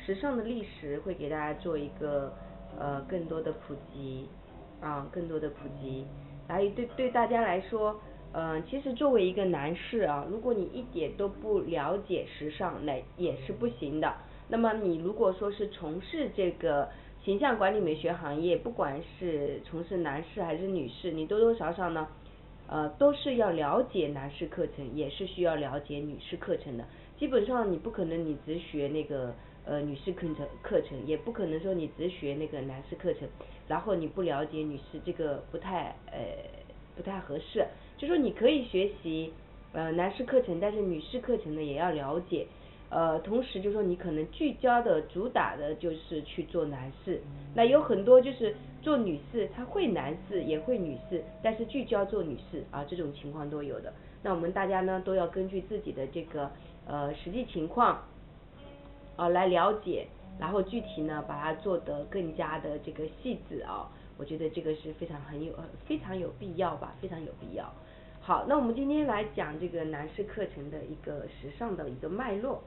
时尚的历史会给大家做一个更多的普及更多的普及。还有对大家来说，其实作为一个男士啊，如果你一点都不了解时尚，那也是不行的。那么你如果说是从事这个形象管理美学行业，不管是从事男士还是女士，你多多少少呢，都是要了解男士课程，也是需要了解女士课程的。基本上你不可能你只学那个女士课程，也不可能说你只学那个男士课程，然后你不了解女士，这个不太合适。就说你可以学习男士课程，但是女士课程呢也要了解。同时就说你可能聚焦的主打的就是去做男士，那有很多就是做女士，他会男士也会女士，但是聚焦做女士这种情况都有的。那我们大家呢都要根据自己的这个实际情况来了解，然后具体呢把它做得更加的这个细致我觉得这个是非常有必要吧，非常有必要。好，那我们今天来讲这个男士课程的一个时尚的一个脉络。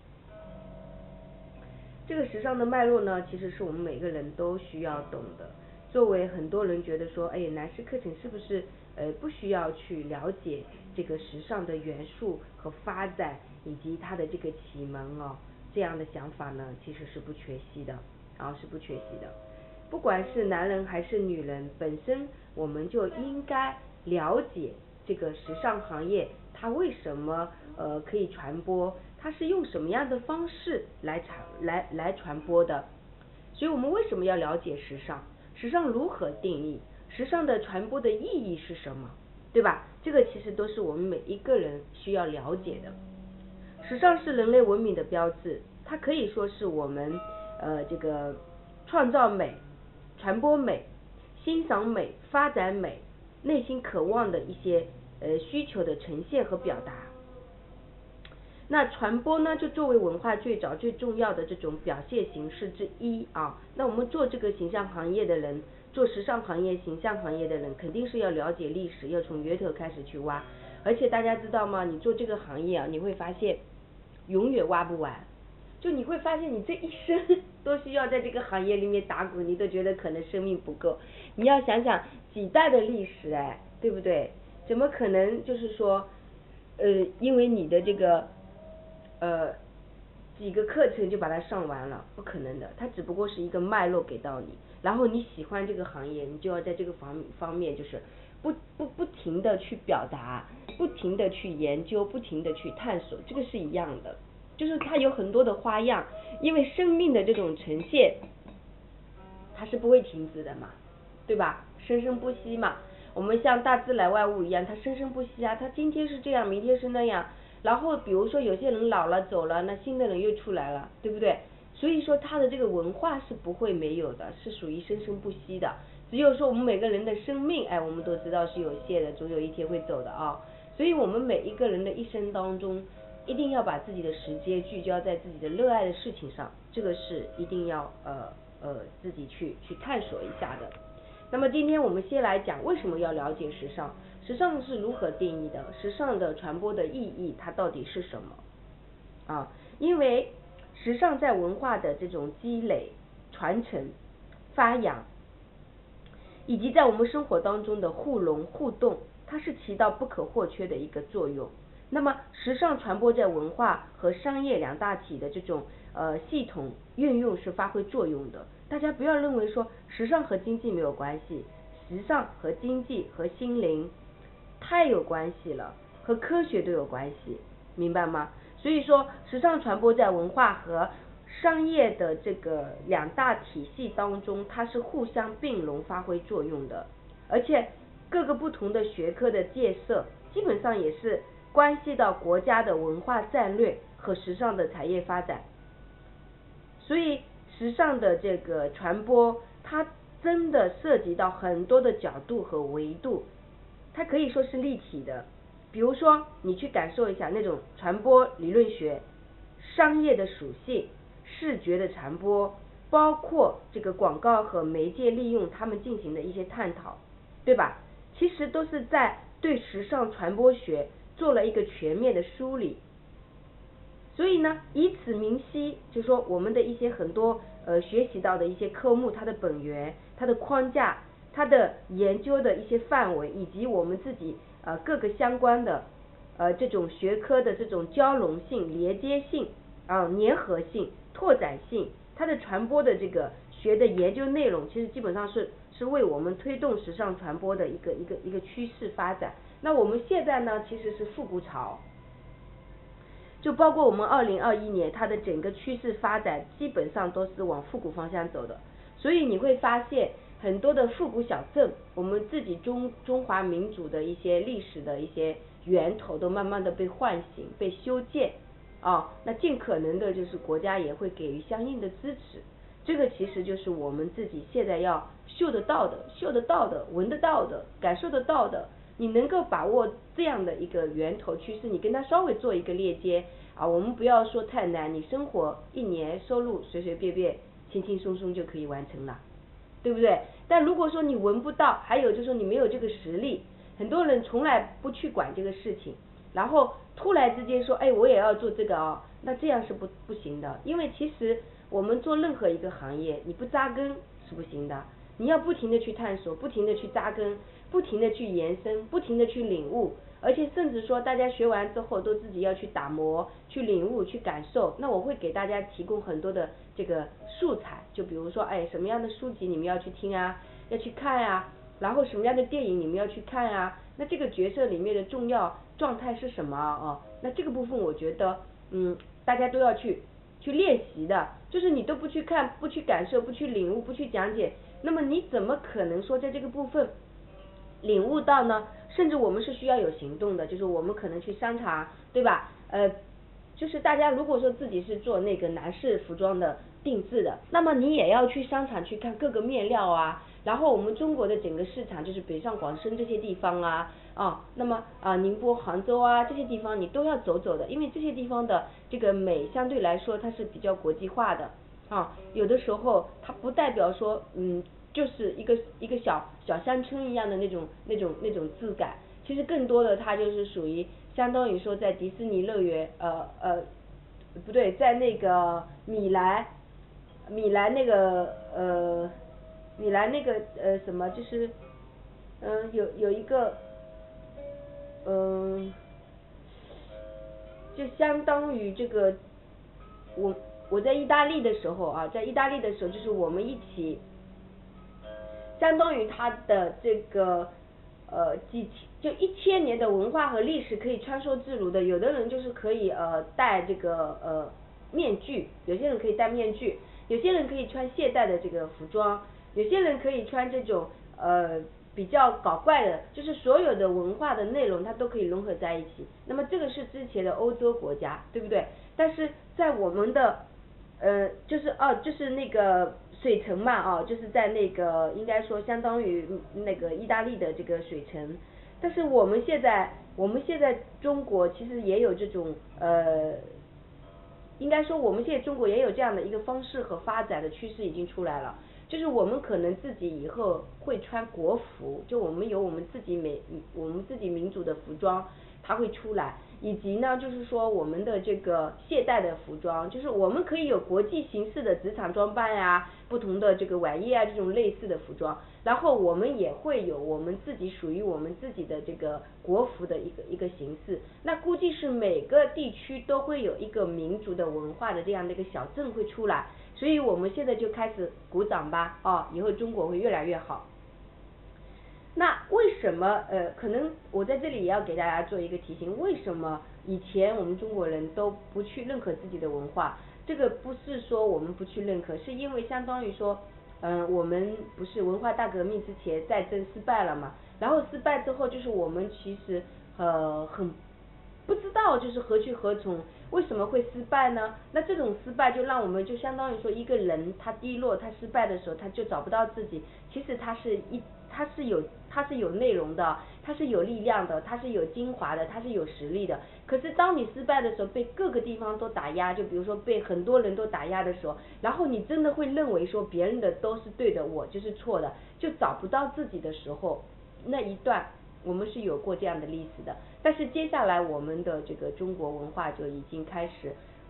这个时尚的脉络呢，其实是我们每个人都需要懂的。作为很多人觉得说，男士课程是不是不需要去了解这个时尚的元素和发展以及它的这个启蒙这样的想法呢，其实是不缺席的是不缺席的。不管是男人还是女人，本身我们就应该了解这个时尚行业它为什么可以传播，它是用什么样的方式来传播的。所以我们为什么要了解时尚？时尚如何定义？时尚的传播的意义是什么？对吧？这个其实都是我们每一个人需要了解的。时尚是人类文明的标志，它可以说是我们这个创造美、传播美、欣赏美、发展美、内心渴望的一些需求的呈现和表达。那传播呢，就作为文化最早最重要的这种表现形式之一那我们做这个形象行业的人，做时尚行业、形象行业的人，肯定是要了解历史，要从源头开始去挖。而且大家知道吗？你做这个行业你会发现永远挖不完。就你会发现你这一生都需要在这个行业里面打滚，你都觉得可能生命不够。你要想想几代的历史对不对？怎么可能就是说因为你的这个几个课程就把它上完了，不可能的。它只不过是一个脉络给到你，然后你喜欢这个行业，你就要在这个方面就是不停的去表达，不停的去研究，不停的去探索，这个是一样的。就是它有很多的花样，因为生命的这种呈现它是不会停止的嘛，对吧？生生不息嘛。我们像大自然万物一样，它生生不息它今天是这样，明天是那样。然后比如说有些人老了走了，那新的人又出来了，对不对？所以说它的这个文化是不会没有的，是属于生生不息的。只有说我们每个人的生命我们都知道是有限的，总有一天会走的所以我们每一个人的一生当中，一定要把自己的时间聚焦在自己的热爱的事情上，这个是一定要自己去探索一下的。那么今天我们先来讲为什么要了解时尚，时尚是如何定义的，时尚的传播的意义它到底是什么因为时尚在文化的这种积累、传承、发扬，以及在我们生活当中的互融互动，它是起到不可或缺的一个作用。那么时尚传播在文化和商业两大体的这种系统运用是发挥作用的。大家不要认为说时尚和经济没有关系，时尚和经济和心灵太有关系了，和科学都有关系，明白吗？所以说时尚传播在文化和商业的这个两大体系当中，它是互相并容发挥作用的。而且各个不同的学科的建设基本上也是关系到国家的文化战略和时尚的产业发展。所以时尚的这个传播它真的涉及到很多的角度和维度，它可以说是立体的。比如说你去感受一下那种传播理论学、商业的属性、视觉的传播，包括这个广告和媒介利用他们进行的一些探讨，对吧？其实都是在对时尚传播学做了一个全面的梳理。 所以呢，以此明晰，就说我们的一些很多学习到的一些科目，它的本源、它的框架、它的研究的一些范围，以及我们自己各个相关的这种学科的这种交融性、连接性粘合性、拓展性，它的传播的这个学的研究内容，其实基本上是为我们推动时尚传播的一个趋势发展。那我们现在呢，其实是复古潮。就包括我们2021年，它的整个趋势发展基本上都是往复古方向走的，所以你会发现很多的复古小镇，我们自己中华民族的一些历史的一些源头都慢慢的被唤醒、被修建那尽可能的就是国家也会给予相应的支持，这个其实就是我们自己现在要嗅得到的、闻得到的、感受得到的。你能够把握这样的一个源头趋势，你跟它稍微做一个链接我们不要说太难，你生活1年收入随随便便、轻轻松松就可以完成了，对不对？但如果说你闻不到，还有就是说你没有这个实力，很多人从来不去管这个事情，然后突然之间说，我也要做这个那这样是不行的，因为其实我们做任何一个行业，你不扎根是不行的，你要不停的去探索，不停的去扎根，不停的去延伸，不停的去领悟，而且甚至说大家学完之后都自己要去打磨、去领悟、去感受。那我会给大家提供很多的这个素材，就比如说什么样的书籍你们要去听要去看然后什么样的电影你们要去看那这个角色里面的重要状态是什么那这个部分我觉得大家都要去练习的，就是你都不去看、不去感受、不去领悟、不去讲解，那么你怎么可能说在这个部分领悟到呢？甚至我们是需要有行动的，就是我们可能去商场，对吧？就是大家如果说自己是做那个男士服装的定制的，那么你也要去商场去看各个面料然后我们中国的整个市场就是北上广深这些地方那么宁波、杭州这些地方你都要走走的，因为这些地方的这个美相对来说它是比较国际化的有的时候它不代表说就是一个小乡村一样的那种质感，其实更多的它就是属于相当于说在迪士尼乐园不对，在那个米兰那个什么就是有一个就相当于这个我在意大利的时候就是我们一起相当于它的这个就1000年的文化和历史可以穿梭自如的，有的人就是可以戴这个面具，有些人可以戴面具，有些人可以穿现代的这个服装，有些人可以穿这种比较搞怪的，就是所有的文化的内容它都可以融合在一起。那么这个是之前的欧洲国家，对不对？但是在我们的就是那个水城嘛就是在那个应该说相当于那个意大利的这个水城，但是我们现在中国其实也有这种应该说我们现在中国也有这样的一个方式和发展的趋势已经出来了，就是我们可能自己以后会穿国服，就我们有我们自己民族的服装它会出来，以及呢就是说我们的这个现代的服装，就是我们可以有国际形式的职场装扮不同的这个晚宴这种类似的服装，然后我们也会有我们自己属于我们自己的这个国服的一个形式，那估计是每个地区都会有一个民族的文化的这样的一个小镇会出来，所以我们现在就开始鼓掌吧以后中国会越来越好。那为什么可能我在这里也要给大家做一个提醒，为什么以前我们中国人都不去认可自己的文化？这个不是说我们不去认可，是因为相当于说我们不是文化大革命之前战争失败了嘛，然后失败之后就是我们其实很不知道就是何去何从，为什么会失败呢？那这种失败就让我们就相当于说一个人他低落他失败的时候他就找不到自己，其实他是有内容的，他是有力量的，他是有精华的，他是有实力的。可是当你失败的时候被各个地方都打压，就比如说被很多人都打压的时候，然后你真的会认为说别人的都是对的，我就是错的，就找不到自己的时候，那一段我们是有过这样的历史的。但是接下来我们的这个中国文化就已经开始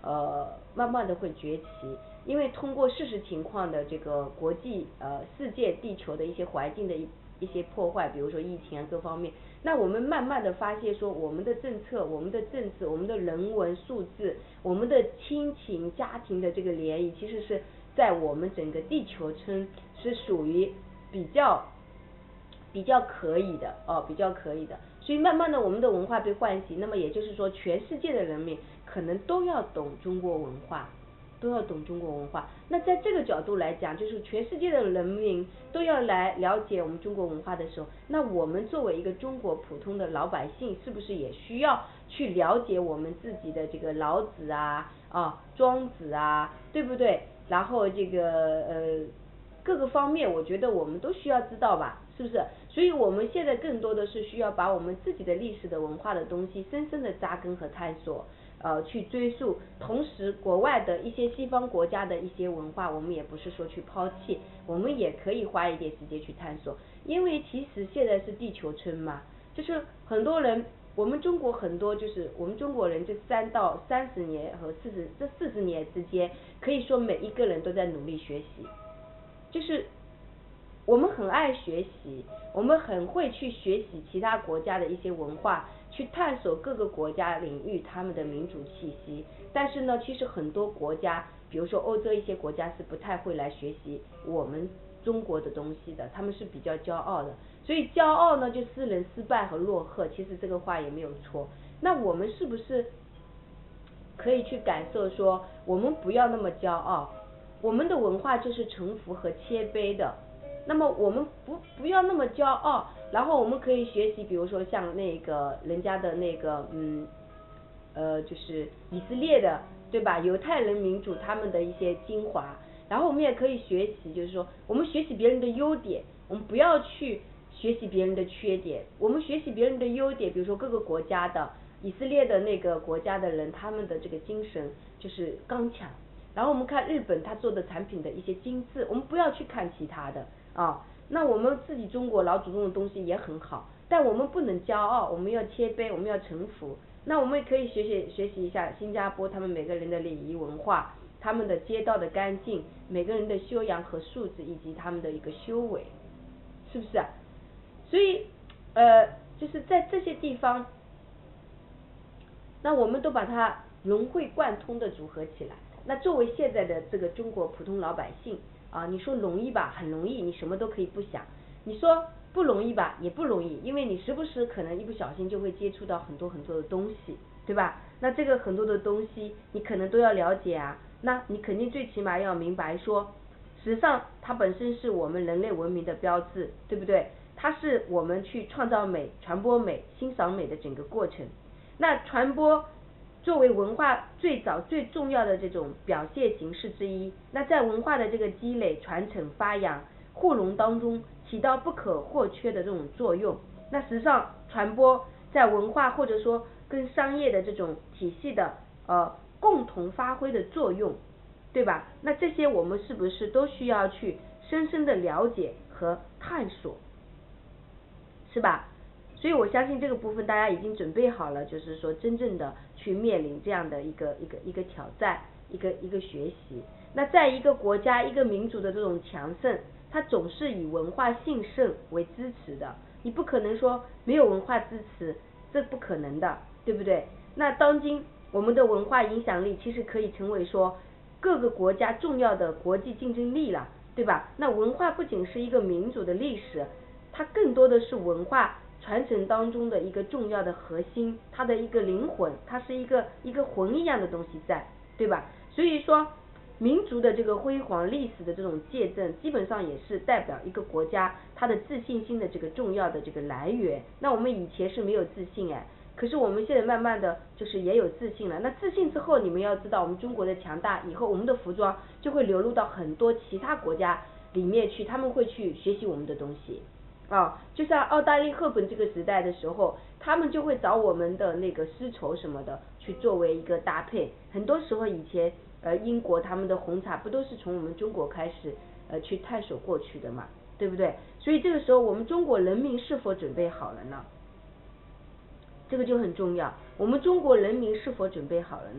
慢慢的会崛起。因为通过事实情况的这个国际世界地球的一些环境的一些破坏，比如说疫情啊各方面，那我们慢慢的发现说，我们的政策、我们的政治、我们的人文素质、我们的亲情家庭的这个联谊，其实是在我们整个地球村是属于比较可以的比较可以的。所以慢慢的我们的文化被唤醒，那么也就是说全世界的人民可能都要懂中国文化，都要懂中国文化。那在这个角度来讲，就是全世界的人民都要来了解我们中国文化的时候，那我们作为一个中国普通的老百姓，是不是也需要去了解我们自己的这个老子啊庄子啊，对不对？然后这个各个方面我觉得我们都需要知道吧，是不是？所以我们现在更多的是需要把我们自己的历史的文化的东西深深的扎根和探索，去追溯。同时国外的一些西方国家的一些文化，我们也不是说去抛弃，我们也可以花一点时间去探索。因为其实现在是地球村嘛，就是很多人，我们中国很多就是我们中国人这3到30年和40年之间，可以说每一个人都在努力学习，就是我们很爱学习，我们很会去学习其他国家的一些文化，去探索各个国家领域他们的民主气息。但是呢，其实很多国家，比如说欧洲一些国家是不太会来学习我们中国的东西的，他们是比较骄傲的。所以骄傲呢，就使人失败和落后，其实这个话也没有错。那我们是不是可以去感受说，我们不要那么骄傲，我们的文化就是臣服和谦卑的。那么我们不要那么骄傲，然后我们可以学习，比如说像那个人家的那个就是以色列的，对吧？犹太人民主他们的一些精华，然后我们也可以学习，就是说我们学习别人的优点，我们不要去学习别人的缺点，我们学习别人的优点。比如说各个国家的以色列的那个国家的人，他们的这个精神就是刚强。然后我们看日本他做的产品的一些精致，我们不要去看其他的那我们自己中国老祖宗的东西也很好，但我们不能骄傲，我们要谦卑，我们要臣服。那我们也可以学习一下新加坡他们每个人的礼仪文化，他们的街道的干净，每个人的修养和素质，以及他们的一个修为，是不是啊？所以就是在这些地方，那我们都把它融会贯通的组合起来。那作为现在的这个中国普通老百姓你说容易吧，很容易，你什么都可以不想；你说不容易吧，也不容易，因为你时不时可能一不小心就会接触到很多的东西，对吧？那这个很多的东西你可能都要了解啊，那你肯定最起码要明白说，时尚它本身是我们人类文明的标志，对不对？它是我们去创造美、传播美、欣赏美的整个过程。那传播作为文化最早最重要的这种表现形式之一，那在文化的这个积累、传承、发扬、互融当中起到不可或缺的这种作用。那时尚传播在文化或者说跟商业的这种体系的共同发挥的作用，对吧？那这些我们是不是都需要去深深的了解和探索，是吧？所以我相信这个部分大家已经准备好了，就是说真正的去面临这样的一个挑战，一个学习。那在一个国家一个民族的这种强盛，它总是以文化兴盛为支持的，你不可能说没有文化支持，这不可能的，对不对？那当今我们的文化影响力其实可以成为说各个国家重要的国际竞争力了，对吧？那文化不仅是一个民族的历史，它更多的是文化传承当中的一个重要的核心，它的一个灵魂，它是一个魂一样的东西在，对吧？所以说民族的这个辉煌历史的这种见证，基本上也是代表一个国家它的自信心的这个重要的这个来源。那我们以前是没有自信可是我们现在慢慢的就是也有自信了。那自信之后，你们要知道我们中国的强大，以后我们的服装就会流入到很多其他国家里面去，他们会去学习我们的东西就像奥黛丽·赫本这个时代的时候，他们就会找我们的那个丝绸什么的去作为一个搭配。很多时候以前英国他们的红茶不都是从我们中国开始去探索过去的嘛，对不对？所以这个时候我们中国人民是否准备好了呢？这个就很重要，我们中国人民是否准备好了呢？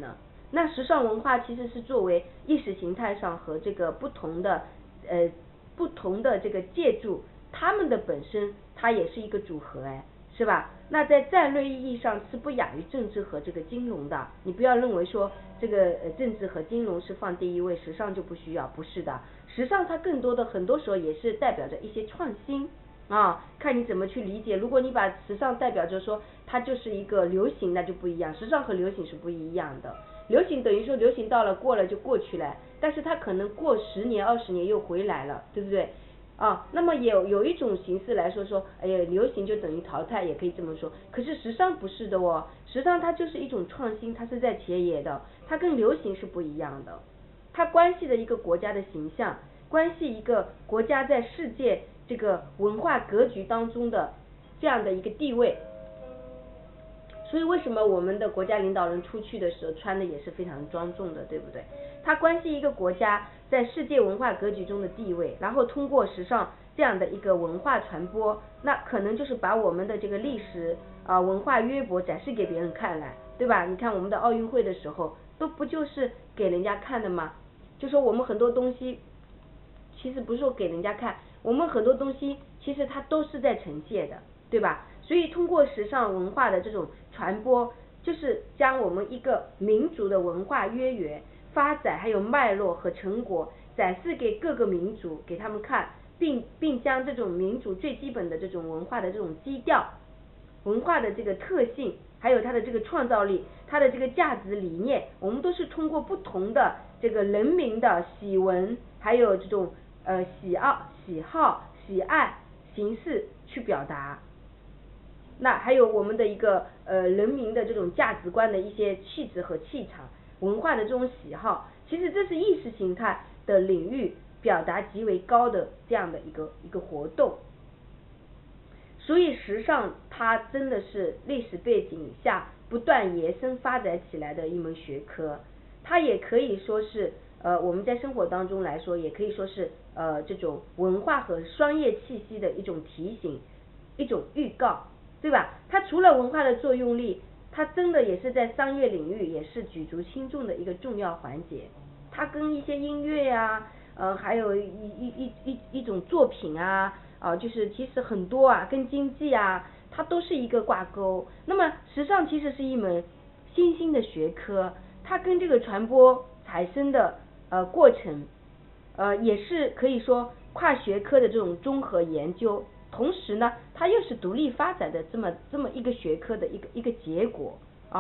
那时尚文化其实是作为意识形态上和这个不同的这个借助，它们的本身它也是一个组合是吧？那在战略意义上是不亚于政治和这个金融的。你不要认为说这个政治和金融是放第一位，时尚就不需要，不是的。时尚它更多的很多时候也是代表着一些创新看你怎么去理解。如果你把时尚代表着说它就是一个流行，那就不一样。时尚和流行是不一样的。流行等于说流行到了过了就过去了，但是它可能过10年20年又回来了，对不对？那么有一种形式来说，流行就等于淘汰，也可以这么说。可是时尚不是的时尚它就是一种创新，它是在前沿的，它跟流行是不一样的。它关系的一个国家的形象，关系一个国家在世界这个文化格局当中的这样的一个地位。所以为什么我们的国家领导人出去的时候穿的也是非常庄重的，对不对？它关系一个国家在世界文化格局中的地位，然后通过时尚这样的一个文化传播，那可能就是把我们的这个历史文化渊博展示给别人看来，对吧？你看我们的奥运会的时候，不就是给人家看的吗？就说我们很多东西其实不是说给人家看，我们很多东西其实它都是在呈现的，对吧？所以通过时尚文化的这种传播，就是将我们一个民族的文化渊源、发展还有脉络和成果展示给各个民族，给他们看，并将这种民族最基本的这种文化的这种基调、文化的这个特性，还有它的这个创造力、它的这个价值理念，我们都是通过不同的这个人民的喜闻，还有这种喜好、喜爱形式去表达。那还有我们的一个人民的这种价值观的一些气质和气场，文化的这种喜好，其实这是意识形态的领域表达极为高的这样的一个活动。所以时尚它真的是历史背景下不断延伸发展起来的一门学科，它也可以说是我们在生活当中来说，也可以说是这种文化和商业气息的一种提醒，一种预告，对吧？它除了文化的作用力，它真的也是在商业领域也是举足轻重的一个重要环节。它跟一些音乐还有一种作品就是其实很多跟经济它都是一个挂钩。那么时尚其实是一门新兴的学科，它跟这个传播产生的过程也是可以说跨学科的这种综合研究，同时呢它又是独立发展的这么一个学科的一个结果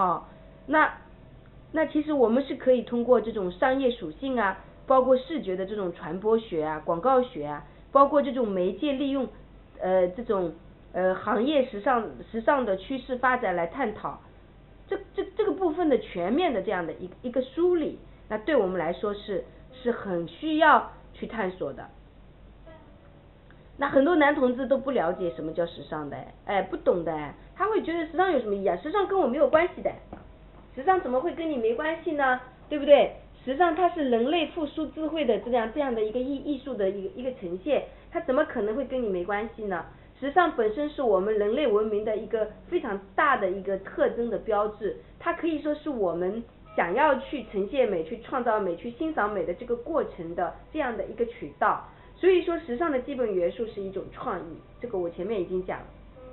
那其实我们是可以通过这种商业属性包括视觉的这种传播学广告学包括这种媒介利用这种行业时尚的趋势发展来探讨这个部分的全面的这样的一个梳理，那对我们来说是很需要去探索的。那很多男同志都不了解什么叫时尚的不懂的他会觉得时尚有什么意义时尚跟我没有关系的，时尚怎么会跟你没关系呢？对不对？时尚它是人类复苏智慧的这样的一个艺术的一个呈现，它怎么可能会跟你没关系呢？时尚本身是我们人类文明的一个非常大的一个特征的标志，它可以说是我们想要去呈现美、去创造美、去欣赏美的这个过程的这样的一个渠道。所以说时尚的基本元素是一种创意，这个我前面已经讲了。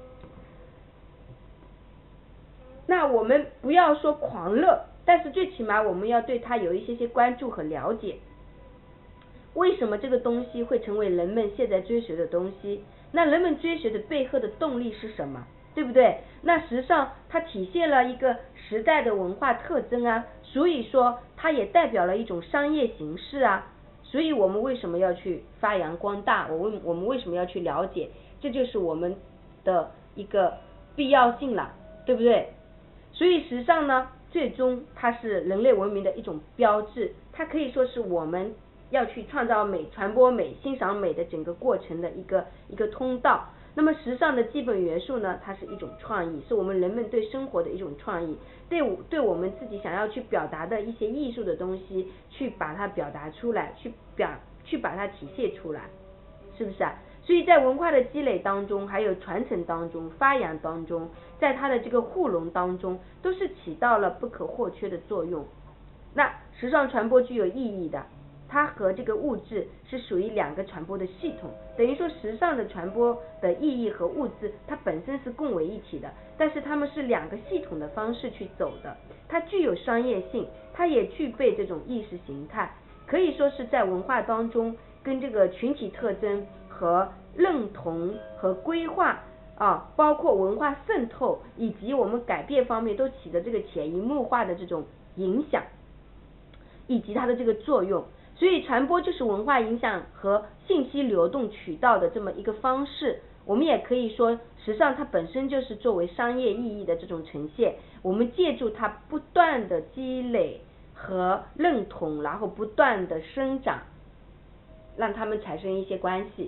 那我们不要说狂热，但是最起码我们要对它有一些关注和了解。为什么这个东西会成为人们现在追随的东西？那人们追随的背后的动力是什么？对不对？那时尚它体现了一个时代的文化特征所以说它也代表了一种商业形式所以我们为什么要去发扬光大？我们为什么要去了解？这就是我们的一个必要性了，对不对？所以时尚呢，最终它是人类文明的一种标志，它可以说是我们要去创造美、传播美、欣赏美的整个过程的一个通道。那么时尚的基本元素呢，它是一种创意，是我们人们对生活的一种创意，对我们自己想要去表达的一些艺术的东西，去把它表达出来，去把它体现出来，是不是所以在文化的积累当中，还有传承当中、发扬当中，在它的这个互融当中，都是起到了不可或缺的作用。 那时尚传播具有意义的，它和这个物质是属于两个传播的系统，等于说时尚的传播的意义和物质它本身是共为一体的，但是它们是两个系统的方式去走的，它具有商业性，它也具备这种意识形态，可以说是在文化当中跟这个群体特征和认同和规划包括文化渗透以及我们改变方面都起的这个潜移默化的这种影响以及它的这个作用。所以传播就是文化影响和信息流动渠道的这么一个方式，我们也可以说时尚它本身就是作为商业意义的这种呈现，我们借助它不断的积累和认同，然后不断的生长，让它们产生一些关系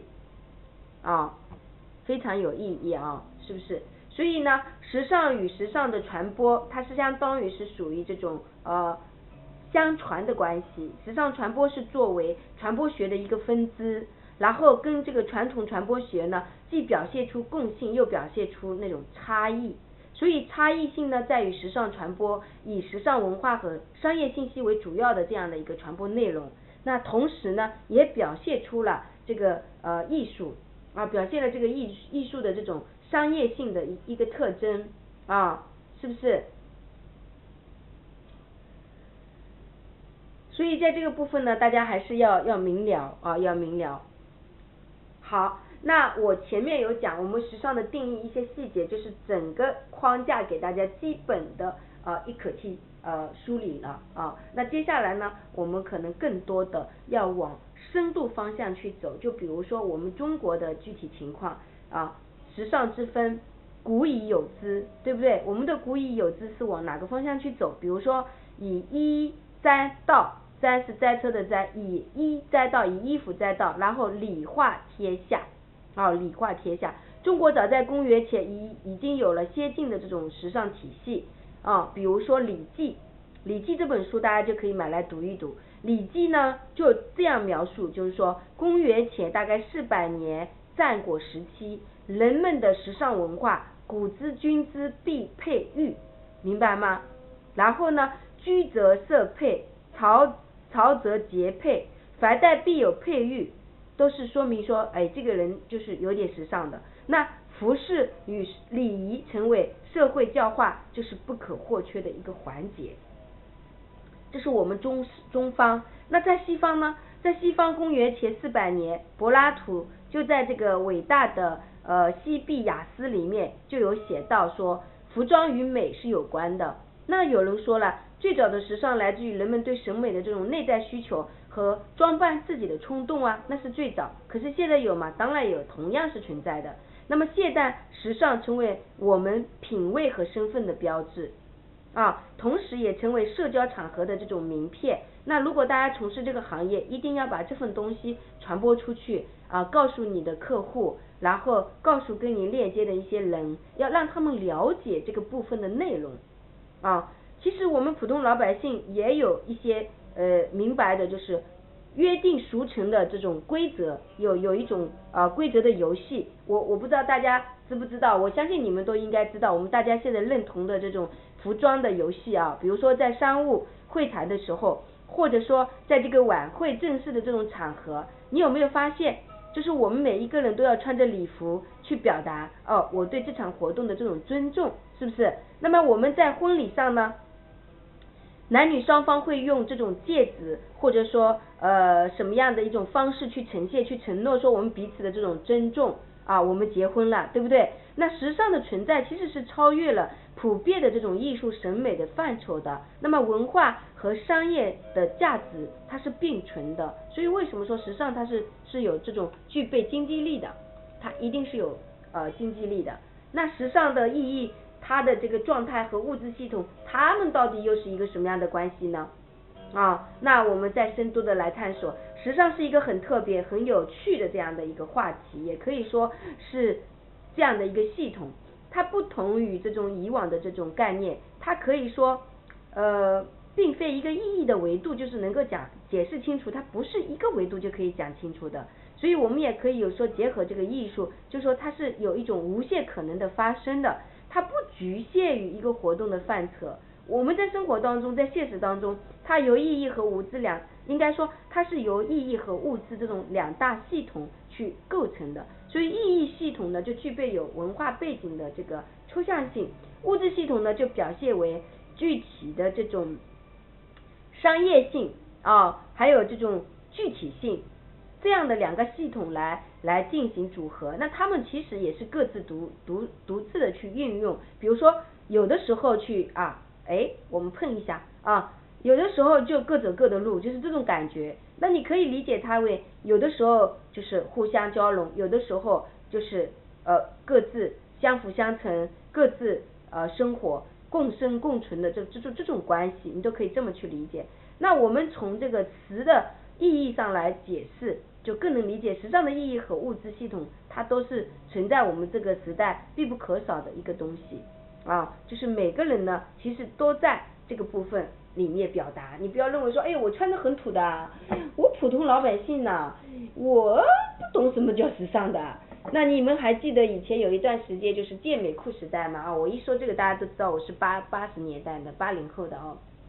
非常有意义是不是？所以呢，时尚与时尚的传播，它是相当于是属于这种相传的关系。时尚传播是作为传播学的一个分支，然后跟这个传统传播学呢，既表现出共性，又表现出那种差异。所以差异性呢，在于时尚传播以时尚文化和商业信息为主要的这样的一个传播内容。那同时呢，也表现出了这个艺术表现了这个艺术的这种商业性的一个特征是不是？所以在这个部分呢，大家还是要明了要明了。好，那我前面有讲我们时尚的定义一些细节，就是整个框架给大家基本的一口气梳理了那接下来呢，我们可能更多的要往深度方向去走，就比如说我们中国的具体情况时尚之分古已有之，对不对？我们的古已有之是往哪个方向去走？比如说以衣摘道，摘是摘车的摘，以衣摘道，以衣服摘道，然后理化天下理化天下。中国早在公元前已经有了先进的这种时尚体系比如说礼记这本书大家就可以买来读一读。礼记呢就这样描述，就是说公元前大概400年战国时期，人们的时尚文化，古之君之必佩玉，明白吗？然后呢，居则设佩，朝则结佩，凡代必有佩玉，都是说明说这个人就是有点时尚的。那服饰与礼仪成为社会教化就是不可或缺的一个环节，这是我们中方。那在西方呢？在西方公元前400年，柏拉图就在这个伟大的西庇雅斯里面就有写到说，服装与美是有关的。那有人说了，最早的时尚来自于人们对审美的这种内在需求和装扮自己的冲动那是最早。可是现在有吗？当然有，同样是存在的。那么现代时尚成为我们品味和身份的标志同时也成为社交场合的这种名片。那如果大家从事这个行业，一定要把这份东西传播出去告诉你的客户，然后告诉跟你链接的一些人，要让他们了解这个部分的内容其实我们普通老百姓也有一些明白的，就是约定俗成的这种规则，有一种规则的游戏，我不知道大家知不知道，我相信你们都应该知道，我们大家现在认同的这种服装的游戏比如说在商务会谈的时候，或者说在这个晚会正式的这种场合，你有没有发现，就是我们每一个人都要穿着礼服去表达我对这场活动的这种尊重，是不是？那么我们在婚礼上呢，男女双方会用这种戒指，或者说什么样的一种方式去呈现，去承诺说我们彼此的这种尊重我们结婚了，对不对？那时尚的存在其实是超越了普遍的这种艺术审美的范畴的。那么文化和商业的价值它是并存的，所以为什么说时尚它是有这种具备经济力的，它一定是有经济力的。那时尚的意义，它的这个状态和物质系统，它们到底又是一个什么样的关系呢？那我们再深度的来探索，时尚是一个很特别很有趣的这样的一个话题，也可以说是这样的一个系统。它不同于这种以往的这种概念，它可以说并非一个意义的维度就是能够解释清楚，它不是一个维度就可以讲清楚的。所以我们也可以有说结合这个艺术，就说它是有一种无限可能的发生的，它不局限于一个活动的范畴。 我们在生活当中，在现实当中，它由意义和物质应该说它是由意义和物质这种两大系统去构成的。所以意义系统呢，就具备有文化背景的这个抽象性，物质系统呢就表现为具体的这种商业性还有这种具体性，这样的两个系统来进行组合。那他们其实也是各自独自的去运用。比如说有的时候去我们碰一下有的时候就各走各的路，就是这种感觉。那你可以理解它为有的时候就是互相交融，有的时候就是各自相辅相成，各自生活共生共存的这种关系，你都可以这么去理解。那我们从这个词的意义上来解释，就更能理解时尚的意义和物质系统，它都是存在我们这个时代必不可少的一个东西就是每个人呢其实都在这个部分里面表达。你不要认为说我穿得很土的，我普通老百姓呢，我不懂什么叫时尚的。那你们还记得以前有一段时间就是健美裤时代吗？我一说这个大家都知道我是80年代的80后的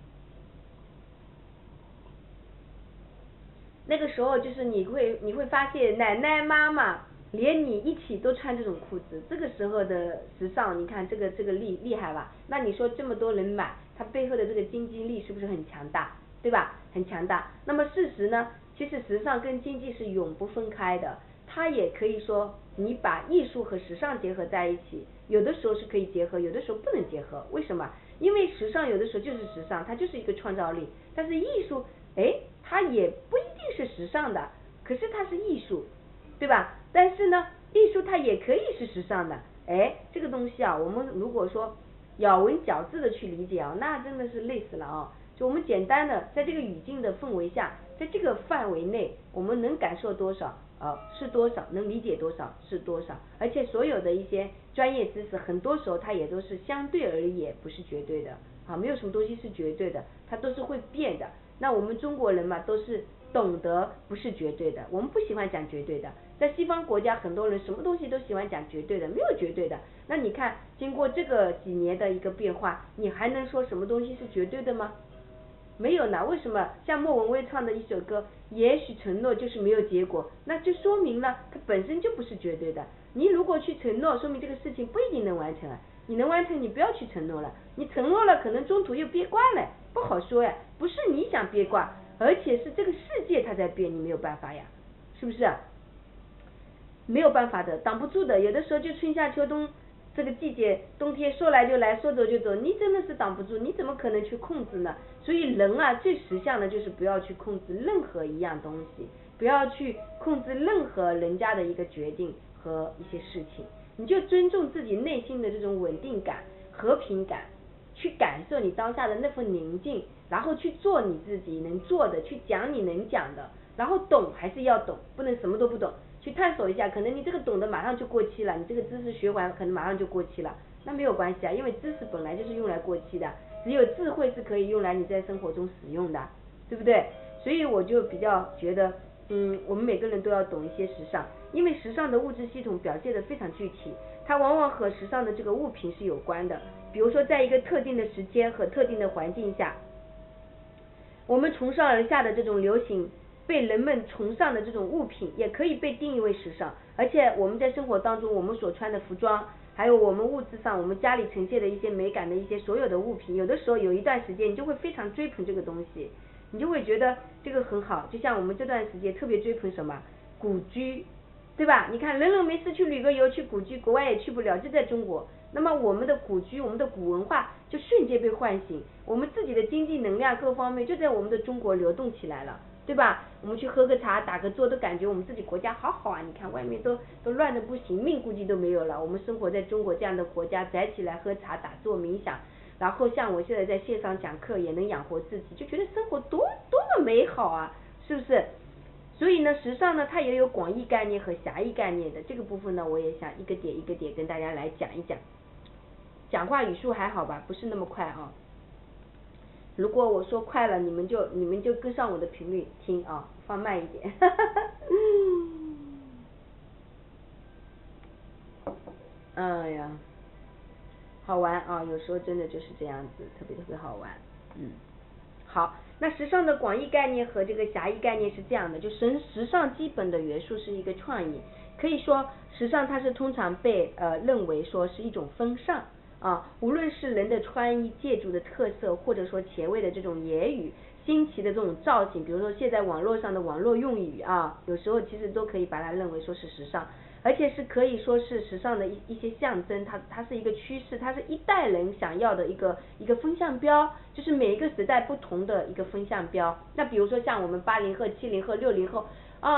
那个时候就是你会发现奶奶妈妈连你一起都穿这种裤子，这个时候的时尚，你看这个厉害吧？那你说这么多人买，它背后的这个经济力是不是很强大，对吧？很强大。那么事实呢，其实时尚跟经济是永不分开的，它也可以说你把艺术和时尚结合在一起，有的时候是可以结合，有的时候不能结合。为什么？因为时尚有的时候就是时尚，它就是一个创造力，但是艺术它也不一定是时尚的，可是它是艺术，对吧？但是呢，艺术它也可以是时尚的。这个东西我们如果说咬文嚼字的去理解那真的是累死了就我们简单的在这个语境的氛围下，在这个范围内，我们能感受多少是多少，能理解多少是多少。而且所有的一些专业知识，很多时候它也都是相对而言，不是绝对的没有什么东西是绝对的，它都是会变的。那我们中国人嘛，都是懂得不是绝对的，我们不喜欢讲绝对的。在西方国家，很多人什么东西都喜欢讲绝对的，没有绝对的。那你看，经过这个几年的一个变化，你还能说什么东西是绝对的吗？没有呢。为什么？像莫文蔚唱的一首歌，也许承诺就是没有结果，那就说明了它本身就不是绝对的。你如果去承诺，说明这个事情不一定能完成你能完成，你不要去承诺了。你承诺了，可能中途又憋挂了，不好说不是你想憋挂，而且是这个世界它在变，你没有办法呀，是不是没有办法的，挡不住的。有的时候就春夏秋冬这个季节，冬天说来就来，说走就走，你真的是挡不住，你怎么可能去控制呢？所以人最实相的就是不要去控制任何一样东西，不要去控制任何人家的一个决定和一些事情，你就尊重自己内心的这种稳定感、和平感，去感受你当下的那份宁静，然后去做你自己能做的，去讲你能讲的，然后懂还是要懂，不能什么都不懂。去探索一下，可能你这个懂得马上就过期了，你这个知识学完可能马上就过期了，那没有关系因为知识本来就是用来过期的，只有智慧是可以用来你在生活中使用的，对不对？所以我就比较觉得我们每个人都要懂一些时尚，因为时尚的物质系统表现得非常具体，它往往和时尚的这个物品是有关的。比如说在一个特定的时间和特定的环境下，我们从上而下的这种流行，被人们崇尚的这种物品也可以被定义为时尚。而且我们在生活当中，我们所穿的服装，还有我们物质上我们家里呈现的一些美感的一些所有的物品，有的时候有一段时间你就会非常追捧这个东西，你就会觉得这个很好。就像我们这段时间特别追捧什么古居，对吧？你看人没事去旅个游，去古居，国外也去不了，就在中国。那么我们的古居，我们的古文化就瞬间被唤醒，我们自己的经济能量各方面就在我们的中国流动起来了，对吧？我们去喝个茶打个坐都感觉我们自己国家好好你看外面都乱得不行，命估计都没有了，我们生活在中国这样的国家，宅起来喝茶打坐冥想，然后像我现在在线上讲课也能养活自己，就觉得生活多么美好是不是？所以呢，时尚呢它也有广义概念和狭义概念的，这个部分呢我也想一个点一个点跟大家来讲一讲。讲话语速还好吧，不是那么快如果我说快了，你们就跟上我的频率听放慢一点哎呀好玩有有时候真的就是这样子，特别好玩。好，那时尚的广义概念和这个狭义概念是这样的，就时尚基本的元素是一个创意，可以说时尚它是通常被认为说是一种风尚啊，无论是人的穿衣借助的特色，或者说前卫的这种言语，新奇的这种造型，比如说现在网络上的网络用语啊，有时候其实都可以把它认为说是时尚。而且是可以说是时尚的一些象征，它是一个趋势，它是一代人想要的一个风向标，就是每一个时代不同的一个风向标。那比如说像我们80后、70后、60后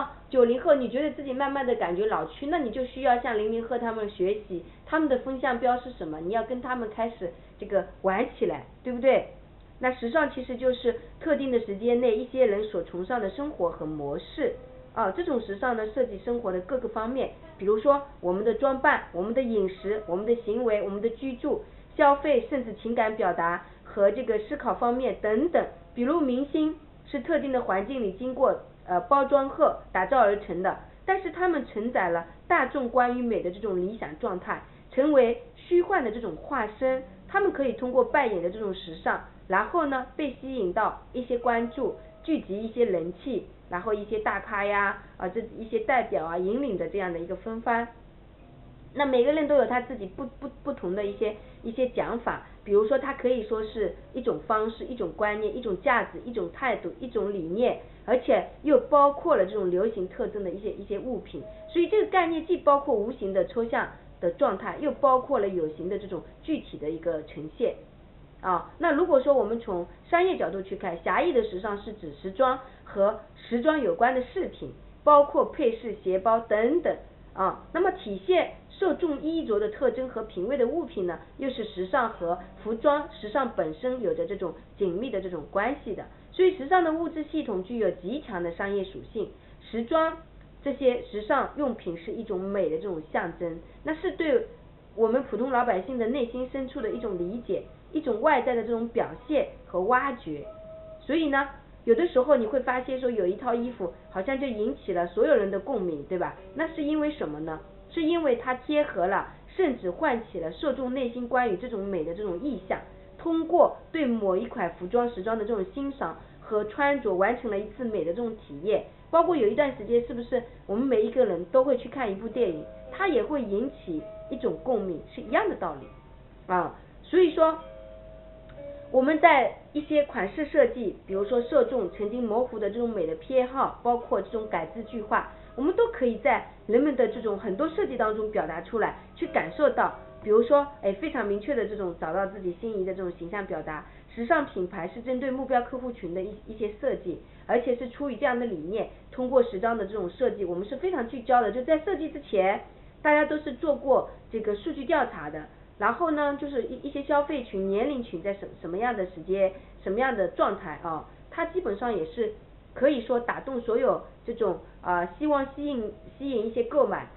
90后，你觉得自己慢慢的感觉老去，那你就需要向00后他们学习，他们的风向标是什么，你要跟他们开始这个玩起来，对不对？那时尚其实就是特定的时间内一些人所崇尚的生活和模式。这种时尚呢，涉及生活的各个方面，比如说我们的装扮、我们的饮食、我们的行为、我们的居住、消费，甚至情感表达和这个思考方面等等。比如明星是特定的环境里经过包装后打造而成的，但是他们承载了大众关于美的这种理想状态，成为虚幻的这种化身。他们可以通过扮演的这种时尚，然后呢被吸引到一些关注，聚集一些人气，然后一些大咖呀这一些代表引领的这样的一个风帆。那每个人都有他自己不同的一些讲法，比如说它可以说是一种方式、一种观念、一种价值、一种态度、一种理念，而且又包括了这种流行特征的一些物品。所以这个概念既包括无形的抽象的状态，又包括了有形的这种具体的一个呈现。那如果说我们从商业角度去看，狭义的时尚是指时装和时装有关的饰品，包括配饰、鞋包等等那么体现受众衣着的特征和品味的物品呢，又是时尚和服装时尚本身有着这种紧密的这种关系的。所以时尚的物质系统具有极强的商业属性，时装这些时尚用品是一种美的这种象征，那是对我们普通老百姓的内心深处的一种理解，一种外在的这种表现和挖掘。所以呢，有的时候你会发现说有一套衣服好像就引起了所有人的共鸣，对吧？那是因为什么呢？是因为它结合了甚至唤起了受众内心关于这种美的这种意向，通过对某一款服装时装的这种欣赏和穿着，完成了一次美的这种体验。包括有一段时间，是不是我们每一个人都会去看一部电影，它也会引起一种共鸣，是一样的道理所以说我们在一些款式设计，比如说受众曾经模糊的这种美的偏好，包括这种改字句化，我们都可以在人们的这种很多设计当中表达出来，去感受到，比如说非常明确的这种找到自己心仪的这种形象表达。时尚品牌是针对目标客户群的一些设计，而且是出于这样的理念，通过时装的这种设计，我们是非常聚焦的，就在设计之前大家都是做过这个数据调查的，然后呢就是一些消费群、年龄群在什么样的时间、什么样的状态它基本上也是可以说打动所有这种希望吸引一些购买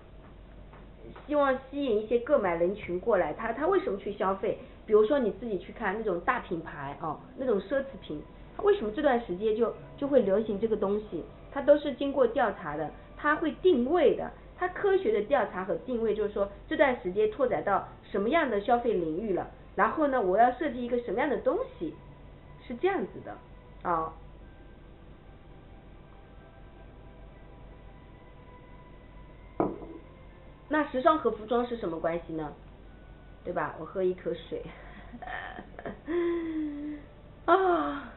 人群过来，他为什么去消费？比如说你自己去看那种大品牌那种奢侈品，它为什么这段时间就会流行这个东西？它都是经过调查的，它会定位的，它科学的调查和定位，就是说这段时间拓展到什么样的消费领域了，然后呢我要设计一个什么样的东西，是这样子的那时尚和服装是什么关系呢？对吧？我喝一口水